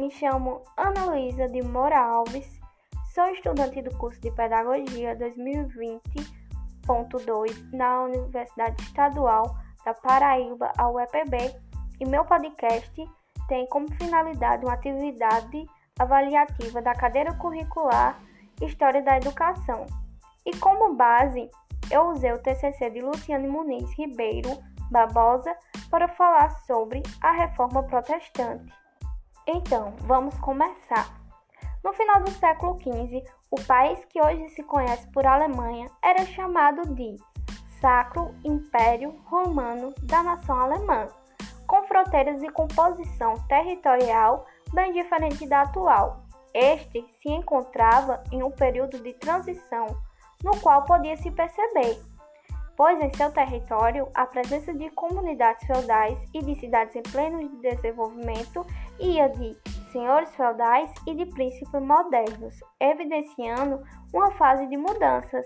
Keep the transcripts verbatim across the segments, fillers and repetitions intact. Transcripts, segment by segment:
Me chamo Ana Luísa de Moura Alves, sou estudante do curso de Pedagogia dois mil e vinte ponto dois na Universidade Estadual da Paraíba, a U E P B, e meu podcast tem como finalidade uma atividade avaliativa da cadeira curricular História da Educação. E como base, eu usei o T C C de Luciane Muniz Ribeiro Barbosa para falar sobre a Reforma Protestante. Então, vamos começar. No final do século quinze, o país que hoje se conhece por Alemanha era chamado de Sacro Império Romano da Nação Alemã, com fronteiras e composição territorial bem diferente da atual. Este se encontrava em um período de transição, no qual podia se perceber, pois em seu território a presença de comunidades feudais e de cidades em pleno desenvolvimento ia de senhores feudais e de príncipes modernos, evidenciando uma fase de mudanças.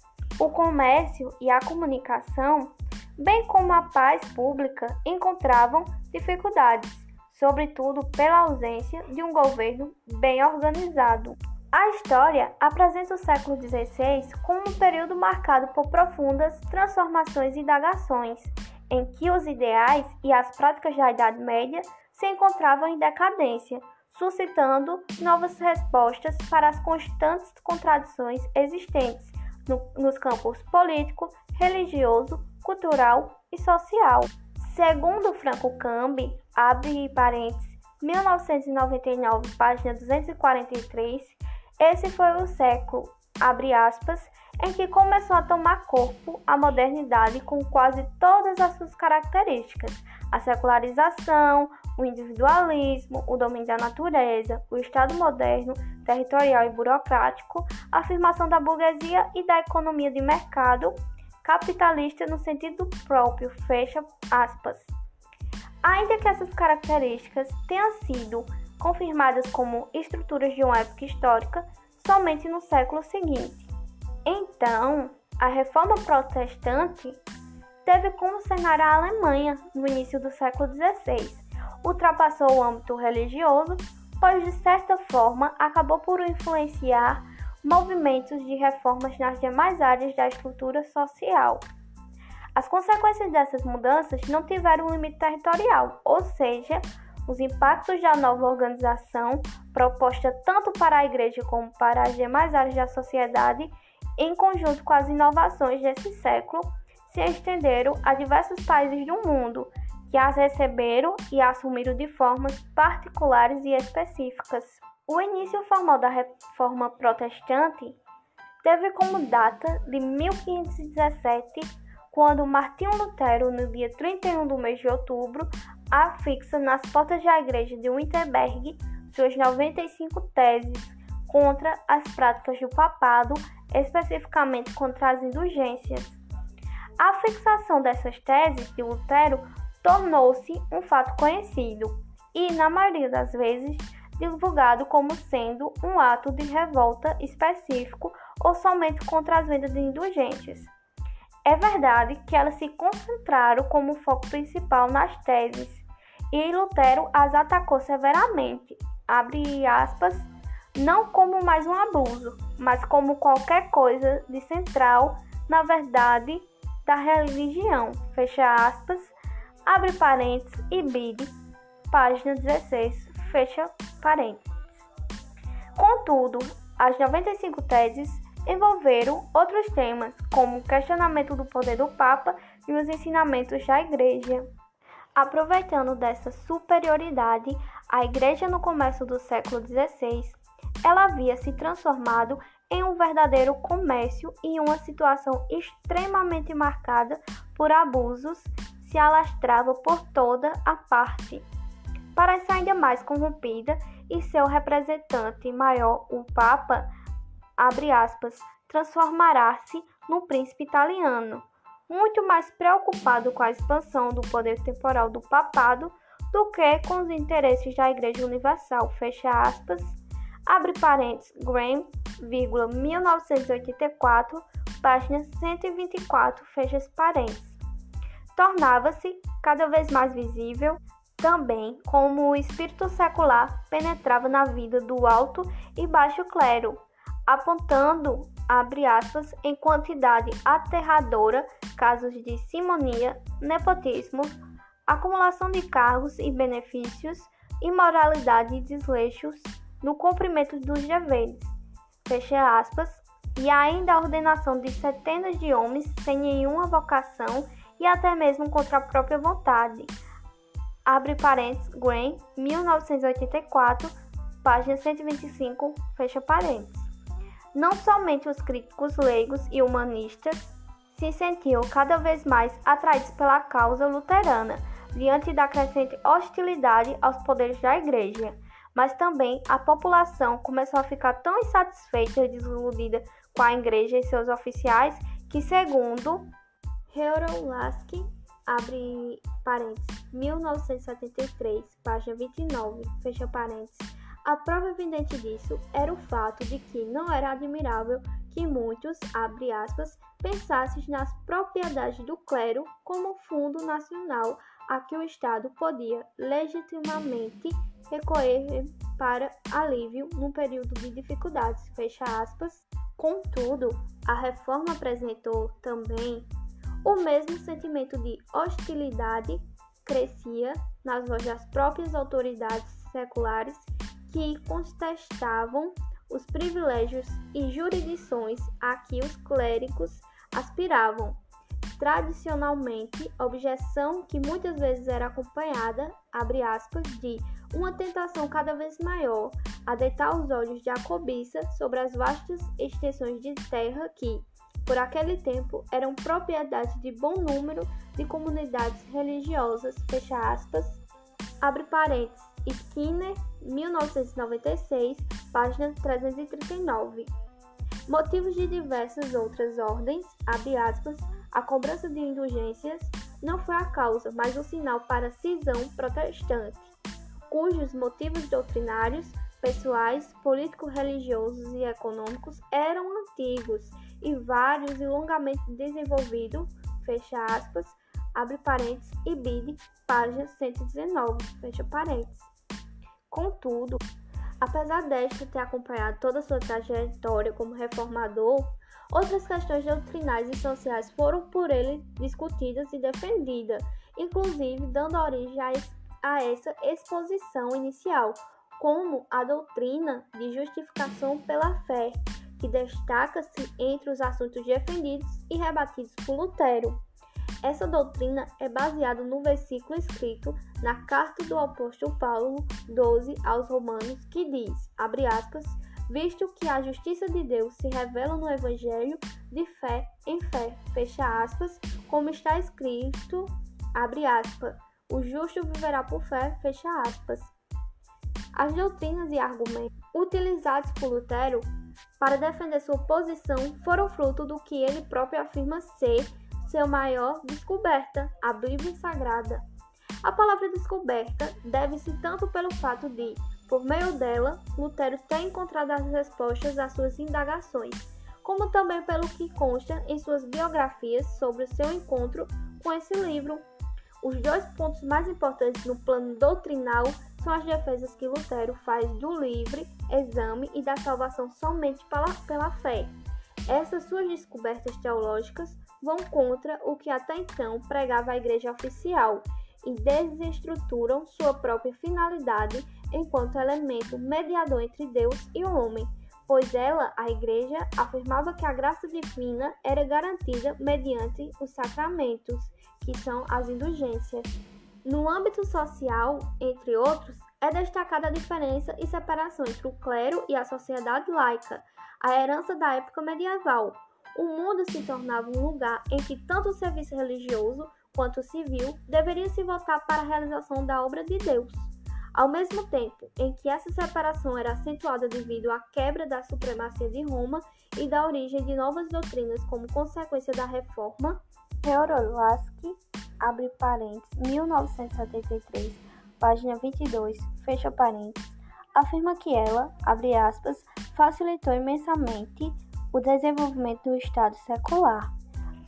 O comércio e a comunicação, bem como a paz pública, encontravam dificuldades, sobretudo pela ausência de um governo bem organizado. A história apresenta o século dezesseis como um período marcado por profundas transformações e indagações, em que os ideais e as práticas da Idade Média se encontravam em decadência, suscitando novas respostas para as constantes contradições existentes no, nos campos político, religioso, cultural e social. Segundo Franco Cambi, abre parênteses, mil novecentos e noventa e nove, página duzentos e quarenta e três, esse foi o século, abre aspas, em que começou a tomar corpo a modernidade com quase todas as suas características: a secularização, o individualismo, o domínio da natureza, o Estado moderno, territorial e burocrático, a afirmação da burguesia e da economia de mercado capitalista no sentido próprio, fecha aspas. Ainda que essas características tenham sido confirmadas como estruturas de uma época histórica somente no século seguinte. Então, a Reforma Protestante teve como cenário a Alemanha no início do século dezesseis. Ultrapassou o âmbito religioso, pois de certa forma acabou por influenciar movimentos de reformas nas demais áreas da estrutura social. As consequências dessas mudanças não tiveram um limite territorial, ou seja, os impactos da nova organização, proposta tanto para a Igreja como para as demais áreas da sociedade, em conjunto com as inovações desse século, se estenderam a diversos países do mundo, que as receberam e assumiram de formas particulares e específicas. O início formal da Reforma Protestante teve como data de mil quinhentos e dezessete, quando Martinho Lutero, no dia trinta e um do mês de outubro, afixa nas portas da igreja de Wittenberg suas noventa e cinco teses contra as práticas do papado, especificamente contra as indulgências. A fixação dessas teses de Lutero tornou-se um fato conhecido e, na maioria das vezes, divulgado como sendo um ato de revolta específico ou somente contra as vendas de indulgências. É verdade que elas se concentraram como foco principal nas teses, e Lutero as atacou severamente, abre aspas, não como mais um abuso, mas como qualquer coisa de central na verdade da religião, fecha aspas, abre parênteses e bide, página dezesseis, fecha parênteses. Contudo, as noventa e cinco teses envolveram outros temas, como o questionamento do poder do Papa e os ensinamentos da Igreja. Aproveitando dessa superioridade, a Igreja no começo do século dezesseis, ela havia se transformado em um verdadeiro comércio e uma situação extremamente marcada por abusos se alastrava por toda a parte. Para ser ainda mais corrompida e seu representante maior, o Papa, abre aspas, transformará-se num príncipe italiano, muito mais preocupado com a expansão do poder temporal do papado do que com os interesses da Igreja Universal, fecha aspas, abre parênteses, Graham, mil novecentos e oitenta e quatro, página cento e vinte e quatro, fecha parênteses. Tornava-se cada vez mais visível também como o espírito secular penetrava na vida do alto e baixo clero, apontando, abre aspas, em quantidade aterradora casos de simonia, nepotismo, acumulação de cargos e benefícios, imoralidade e desleixos no cumprimento dos deveres, fecha aspas, e ainda a ordenação de centenas de homens sem nenhuma vocação e até mesmo contra a própria vontade. Abre parênteses, Graham, mil novecentos e oitenta e quatro, página cento e vinte e cinco, fecha parênteses. Não somente os críticos leigos e humanistas se sentiam cada vez mais atraídos pela causa luterana, diante da crescente hostilidade aos poderes da Igreja, mas também a população começou a ficar tão insatisfeita e desiludida com a Igreja e seus oficiais que, segundo Harold Laski, abre parênteses, mil novecentos e setenta e três, página vinte e nove, fecha parênteses, a prova evidente disso era o fato de que não era admirável que muitos, abre aspas, pensassem nas propriedades do clero como fundo nacional a que o Estado podia legitimamente recorrer para alívio num período de dificuldades, fecha aspas. Contudo, a reforma apresentou também o mesmo sentimento de hostilidade crescia nas vozes das próprias autoridades seculares que contestavam os privilégios e jurisdições a que os clérigos aspiravam. Tradicionalmente, objeção que muitas vezes era acompanhada, abre aspas, de uma tentação cada vez maior a deitar os olhos de a cobiça sobre as vastas extensões de terra que, por aquele tempo, eram propriedade de bom número de comunidades religiosas, fecha aspas, abre parênteses, Skinner, mil novecentos e noventa e seis, página trezentos e trinta e nove. Motivos de diversas outras ordens, abre aspas, a cobrança de indulgências não foi a causa, mas o sinal para a cisão protestante, cujos motivos doutrinários, pessoais, político-religiosos e econômicos eram antigos e vários e longamente desenvolvidos, fecha aspas, abre parênteses, e Bide, página cento e dezenove, fecha parênteses. Contudo, apesar desta ter acompanhado toda a sua trajetória como reformador, outras questões doutrinais e sociais foram por ele discutidas e defendidas, inclusive dando origem a essa exposição inicial, como a doutrina de justificação pela fé, que destaca-se entre os assuntos defendidos e rebatidos por Lutero. Essa doutrina é baseada no versículo escrito na carta do apóstolo Paulo doze aos Romanos, que diz, abre aspas, visto que a justiça de Deus se revela no Evangelho de fé em fé, fecha aspas, como está escrito, abre aspas, o justo viverá por fé, fecha aspas. As doutrinas e argumentos utilizados por Lutero para defender sua posição foram fruto do que ele próprio afirma ser sua maior descoberta, a Bíblia Sagrada. A palavra descoberta deve-se tanto pelo fato de, por meio dela, Lutero ter encontrado as respostas às suas indagações, como também pelo que consta em suas biografias sobre o seu encontro com esse livro. Os dois pontos mais importantes no plano doutrinal são as defesas que Lutero faz do livre exame e da salvação somente pela, pela fé. Essas suas descobertas teológicas vão contra o que até então pregava a Igreja oficial e desestruturam sua própria finalidade enquanto elemento mediador entre Deus e o homem, pois ela, a Igreja, afirmava que a graça divina era garantida mediante os sacramentos, que são as indulgências. No âmbito social, entre outros, é destacada a diferença e separação entre o clero e a sociedade laica, a herança da época medieval. O mundo se tornava um lugar em que tanto o serviço religioso quanto o civil deveria se voltar para a realização da obra de Deus. Ao mesmo tempo em que essa separação era acentuada devido à quebra da supremacia de Roma e da origem de novas doutrinas como consequência da reforma, Harold Laski, abre parênteses, mil novecentos e setenta e três, página vinte e dois, fecha parênteses, afirma que ela, abre aspas, facilitou imensamente o desenvolvimento do Estado secular.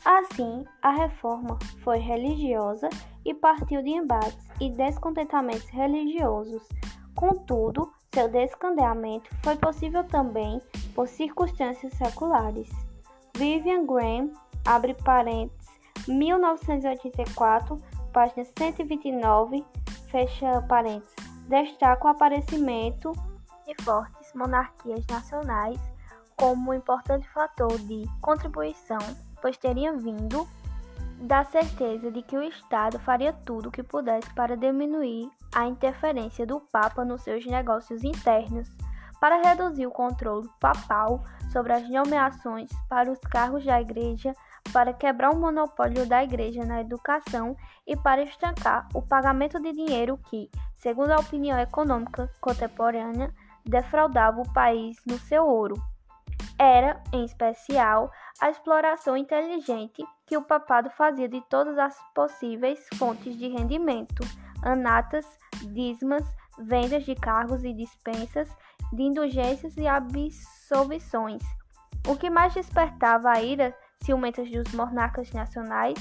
Assim, a reforma foi religiosa e partiu de embates e descontentamentos religiosos. Contudo, seu descandeamento foi possível também por circunstâncias seculares. Vivian Graham, abre parênteses, mil novecentos e oitenta e quatro, página cento e vinte e nove, fecha parênteses, destaca o aparecimento de fortes monarquias nacionais como um importante fator de contribuição, pois teria vindo da certeza de que o Estado faria tudo o que pudesse para diminuir a interferência do Papa nos seus negócios internos, para reduzir o controle papal sobre as nomeações para os cargos da Igreja, para quebrar o monopólio da Igreja na educação e para estancar o pagamento de dinheiro que, segundo a opinião econômica contemporânea, defraudava o país no seu ouro. Era, em especial, a exploração inteligente que o papado fazia de todas as possíveis fontes de rendimento, anatas, dízimas, vendas de cargos e dispensas, de indulgências e absolvições, o que mais despertava a ira ciumenta dos monarcas nacionais.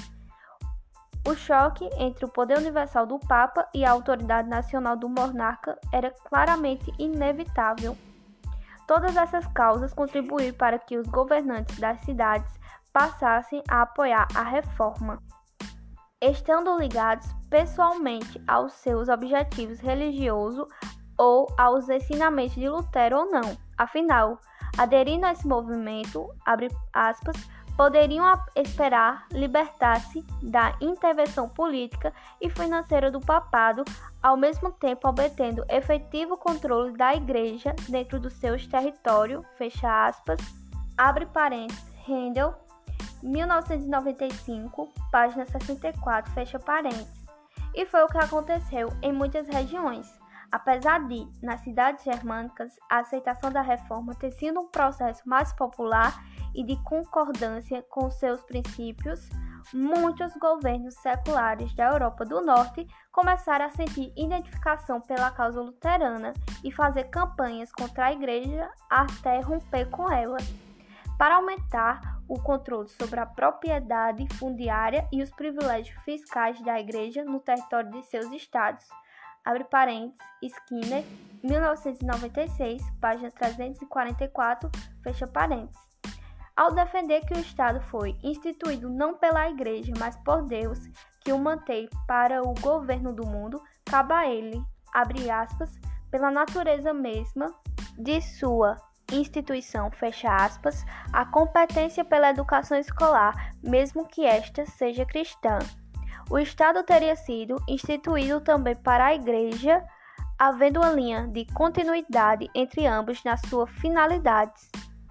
O choque entre o poder universal do Papa e a autoridade nacional do monarca era claramente inevitável. Todas essas causas contribuíram para que os governantes das cidades passassem a apoiar a reforma, estando ligados pessoalmente aos seus objetivos religiosos ou aos ensinamentos de Lutero ou não. Afinal, aderindo a esse movimento, abre aspas, poderiam esperar libertar-se da intervenção política e financeira do papado, ao mesmo tempo obtendo efetivo controle da Igreja dentro do seu território, fecha aspas, abre parênteses, Handel, mil novecentos e noventa e cinco, página sessenta e quatro, fecha parênteses. E foi o que aconteceu em muitas regiões. Apesar de, nas cidades germânicas, a aceitação da reforma ter sido um processo mais popular e de concordância com seus princípios, muitos governos seculares da Europa do Norte começaram a sentir identificação pela causa luterana e fazer campanhas contra a Igreja até romper com ela, para aumentar o controle sobre a propriedade fundiária e os privilégios fiscais da Igreja no território de seus estados. Abre parênteses, Skinner, mil novecentos e noventa e seis, página trezentos e quarenta e quatro, fecha parênteses. Ao defender que o Estado foi instituído não pela Igreja, mas por Deus, que o mantém para o governo do mundo, cabe a ele, abre aspas, pela natureza mesma de sua instituição, fecha aspas, a competência pela educação escolar, mesmo que esta seja cristã. O Estado teria sido instituído também para a Igreja, havendo uma linha de continuidade entre ambos nas suas finalidades.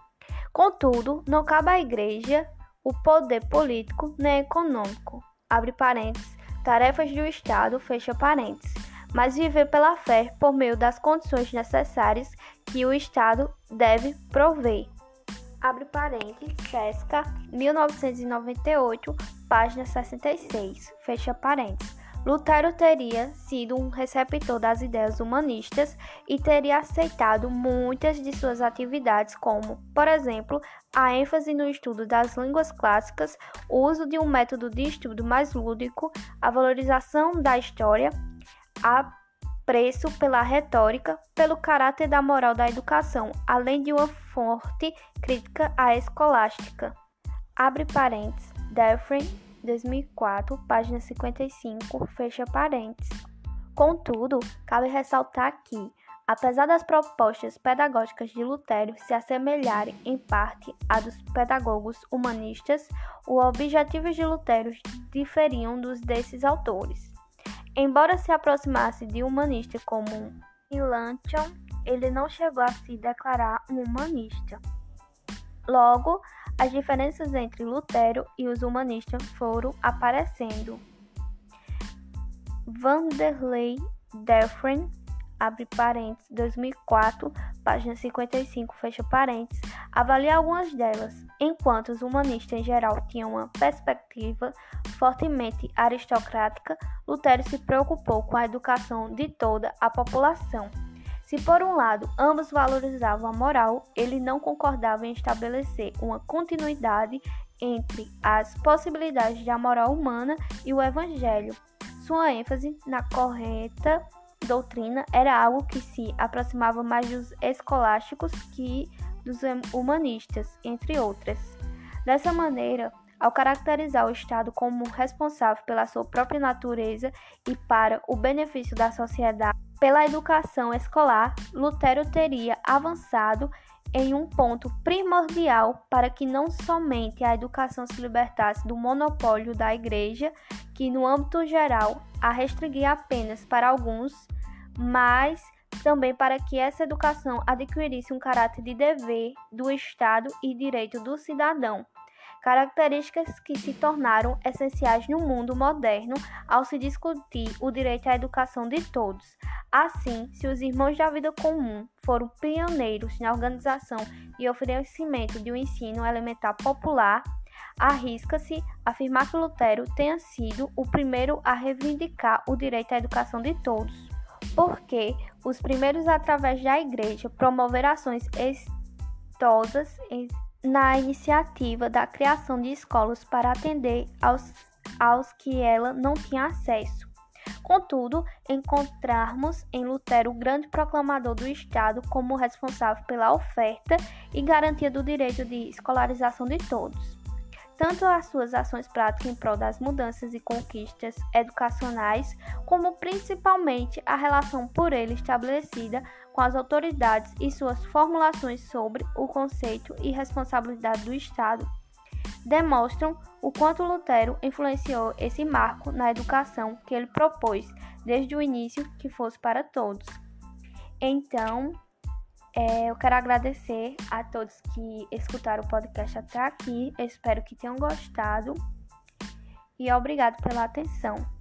Contudo, não cabe à Igreja o poder político nem econômico, abre parênteses, tarefas do Estado, fecha parênteses, mas viver pela fé por meio das condições necessárias que o Estado deve prover. Abre parênteses, Sesca, mil novecentos e noventa e oito, página sessenta e seis, fecha parênteses. Lutero teria sido um receptor das ideias humanistas e teria aceitado muitas de suas atividades, como, por exemplo, a ênfase no estudo das línguas clássicas, o uso de um método de estudo mais lúdico, a valorização da história, a preço pela retórica, pelo caráter da moral da educação, além de uma forte crítica à escolástica. Abre parênteses, Dufresne, dois mil e quatro, página cinquenta e cinco, fecha parênteses. Contudo, cabe ressaltar que, apesar das propostas pedagógicas de Lutero se assemelharem em parte à dos pedagogos humanistas, os objetivos de Lutero diferiam dos desses autores. Embora se aproximasse de humanista como Melanchthon, ele não chegou a se declarar um humanista. Logo, as diferenças entre Lutero e os humanistas foram aparecendo. Vanderlei Dufresne, abre parênteses, dois mil e quatro, página cinquenta e cinco, fecha parênteses, avalia algumas delas. Enquanto os humanistas em geral tinham uma perspectiva fortemente aristocrática, Lutero se preocupou com a educação de toda a população. Se por um lado ambos valorizavam a moral, ele não concordava em estabelecer uma continuidade entre as possibilidades da moral humana e o Evangelho. Sua ênfase na correta doutrina era algo que se aproximava mais dos escolásticos que dos humanistas, entre outras. Dessa maneira, ao caracterizar o Estado como responsável pela sua própria natureza e para o benefício da sociedade pela educação escolar, Lutero teria avançado em um ponto primordial para que não somente a educação se libertasse do monopólio da Igreja, que no âmbito geral a restringia apenas para alguns, mas também para que essa educação adquirisse um caráter de dever do Estado e direito do cidadão, características que se tornaram essenciais no mundo moderno ao se discutir o direito à educação de todos. Assim, se os irmãos da vida comum foram pioneiros na organização e oferecimento de um ensino elementar popular, arrisca-se afirmar que Lutero tenha sido o primeiro a reivindicar o direito à educação de todos, porque os primeiros, através da Igreja, promoveram ações exitosas na iniciativa da criação de escolas para atender aos, aos que ela não tinha acesso. Contudo, encontrarmos em Lutero o grande proclamador do Estado como responsável pela oferta e garantia do direito de escolarização de todos. Tanto as suas ações práticas em prol das mudanças e conquistas educacionais, como principalmente a relação por ele estabelecida com as autoridades e suas formulações sobre o conceito e responsabilidade do Estado, demonstram o quanto Lutero influenciou esse marco na educação que ele propôs desde o início que fosse para todos. Então, é, eu quero agradecer a todos que escutaram o podcast até aqui. Eu espero que tenham gostado e obrigado pela atenção.